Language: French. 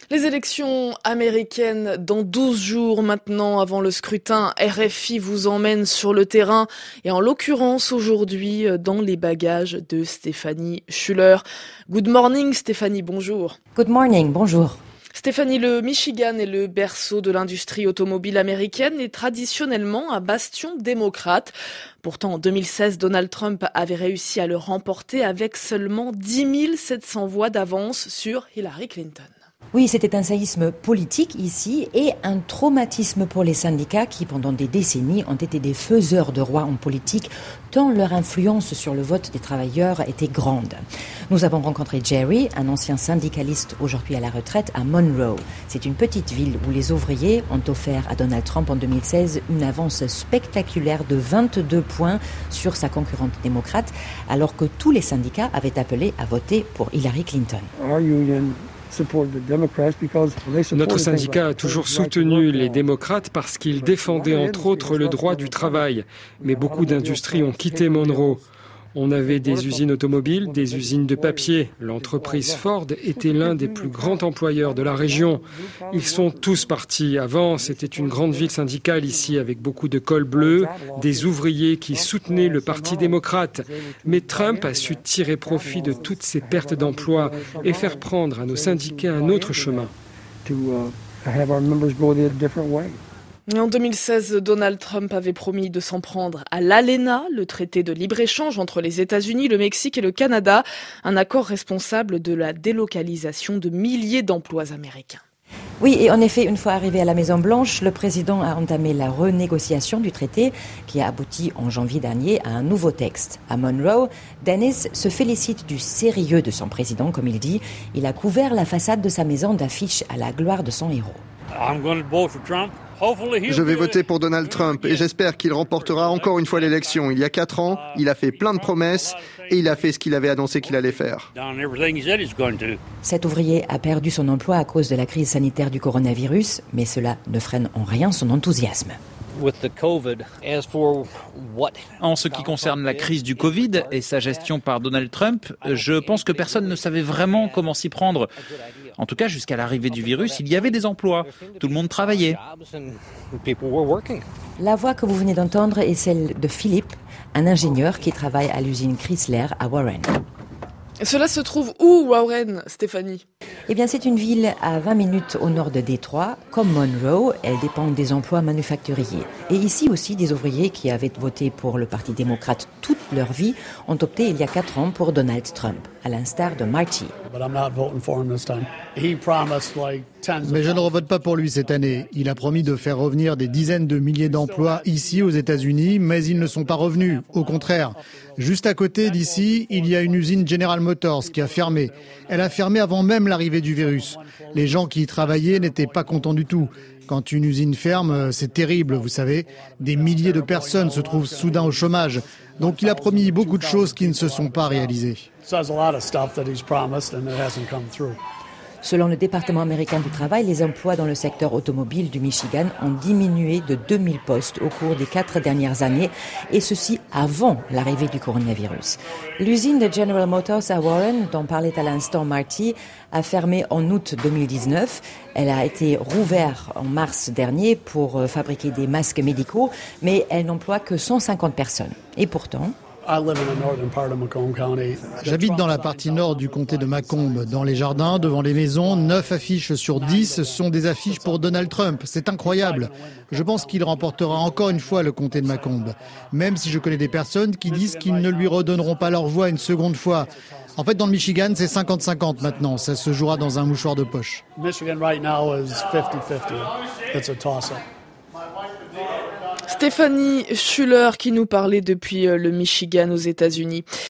Les élections américaines dans 12 jours maintenant avant le scrutin. RFI vous emmène sur le terrain et en l'occurrence aujourd'hui dans les bagages de Stéphanie Schuller. Good morning Stéphanie, bonjour. Good morning, bonjour. Stéphanie, le Michigan est le berceau de l'industrie automobile américaine et traditionnellement un bastion démocrate. Pourtant, en 2016, Donald Trump avait réussi à le remporter avec seulement 10 700 voix d'avance sur Hillary Clinton. Oui, c'était un séisme politique ici et un traumatisme pour les syndicats qui, pendant des décennies, ont été des faiseurs de roi en politique, tant leur influence sur le vote des travailleurs était grande. Nous avons rencontré Jerry, un ancien syndicaliste aujourd'hui à la retraite, à Monroe. C'est une petite ville où les ouvriers ont offert à Donald Trump en 2016 une avance spectaculaire de 22 points sur sa concurrente démocrate, alors que tous les syndicats avaient appelé à voter pour Hillary Clinton. Notre syndicat a toujours soutenu les démocrates parce qu'ils défendaient entre autres le droit du travail. Mais beaucoup d'industries ont quitté Monroe. On avait des usines automobiles, des usines de papier. L'entreprise Ford était l'un des plus grands employeurs de la région. Ils sont tous partis. Avant, c'était une grande ville syndicale ici avec beaucoup de cols bleus, des ouvriers qui soutenaient le Parti démocrate. Mais Trump a su tirer profit de toutes ces pertes d'emplois et faire prendre à nos syndicats un autre chemin. En 2016, Donald Trump avait promis de s'en prendre à l'ALENA, le traité de libre-échange entre les États-Unis, le Mexique et le Canada, un accord responsable de la délocalisation de milliers d'emplois américains. Oui, et en effet, une fois arrivé à la Maison-Blanche, le président a entamé la renégociation du traité qui a abouti en janvier dernier à un nouveau texte. À Monroe, Dennis se félicite du sérieux de son président, comme il dit. Il a couvert la façade de sa maison d'affiches à la gloire de son héros. Je vais voter pour Donald Trump et j'espère qu'il remportera encore une fois l'élection. Il y a 4 ans, il a fait plein de promesses et il a fait ce qu'il avait annoncé qu'il allait faire. Cet ouvrier a perdu son emploi à cause de la crise sanitaire du coronavirus, mais cela ne freine en rien son enthousiasme. En ce qui concerne la crise du Covid et sa gestion par Donald Trump, je pense que personne ne savait vraiment comment s'y prendre. En tout cas, jusqu'à l'arrivée du virus, il y avait des emplois. Tout le monde travaillait. La voix que vous venez d'entendre est celle de Philippe, un ingénieur qui travaille à l'usine Chrysler à Warren. Cela se trouve où, Warren, Stéphanie ? Eh bien, c'est une ville à 20 minutes au nord de Détroit. Comme Monroe, elle dépend des emplois manufacturiers. Et ici aussi, des ouvriers qui avaient voté pour le Parti démocrate toute leur vie ont opté il y a 4 ans pour Donald Trump, à l'instar de Marty. Mais je ne revote pas pour lui cette année. Il a promis de faire revenir des dizaines de milliers d'emplois ici aux États-Unis, mais ils ne sont pas revenus. Au contraire, juste à côté d'ici, il y a une usine General Motors qui a fermé. Elle a fermé avant même l'arrivée du virus. Les gens qui y travaillaient n'étaient pas contents du tout. Quand une usine ferme, c'est terrible, vous savez. Des milliers de personnes se trouvent soudain au chômage. Donc il a promis beaucoup de choses qui ne se sont pas réalisées. Selon le département américain du travail, les emplois dans le secteur automobile du Michigan ont diminué de 2000 postes au cours des 4 dernières années, et ceci avant l'arrivée du coronavirus. L'usine de General Motors à Warren, dont parlait à l'instant Marty, a fermé en août 2019. Elle a été rouverte en mars dernier pour fabriquer des masques médicaux, mais elle n'emploie que 150 personnes. Et pourtant... J'habite dans la partie nord du comté de Macomb. Dans les jardins, devant les maisons, 9 affiches sur 10 sont des affiches pour Donald Trump. C'est incroyable. Je pense qu'il remportera encore une fois le comté de Macomb. Même si je connais des personnes qui disent qu'ils ne lui redonneront pas leur voix une seconde fois. En fait, dans le Michigan, c'est 50-50 maintenant. Ça se jouera dans un mouchoir de poche. Stéphanie Schuller qui nous parlait depuis le Michigan aux États-Unis.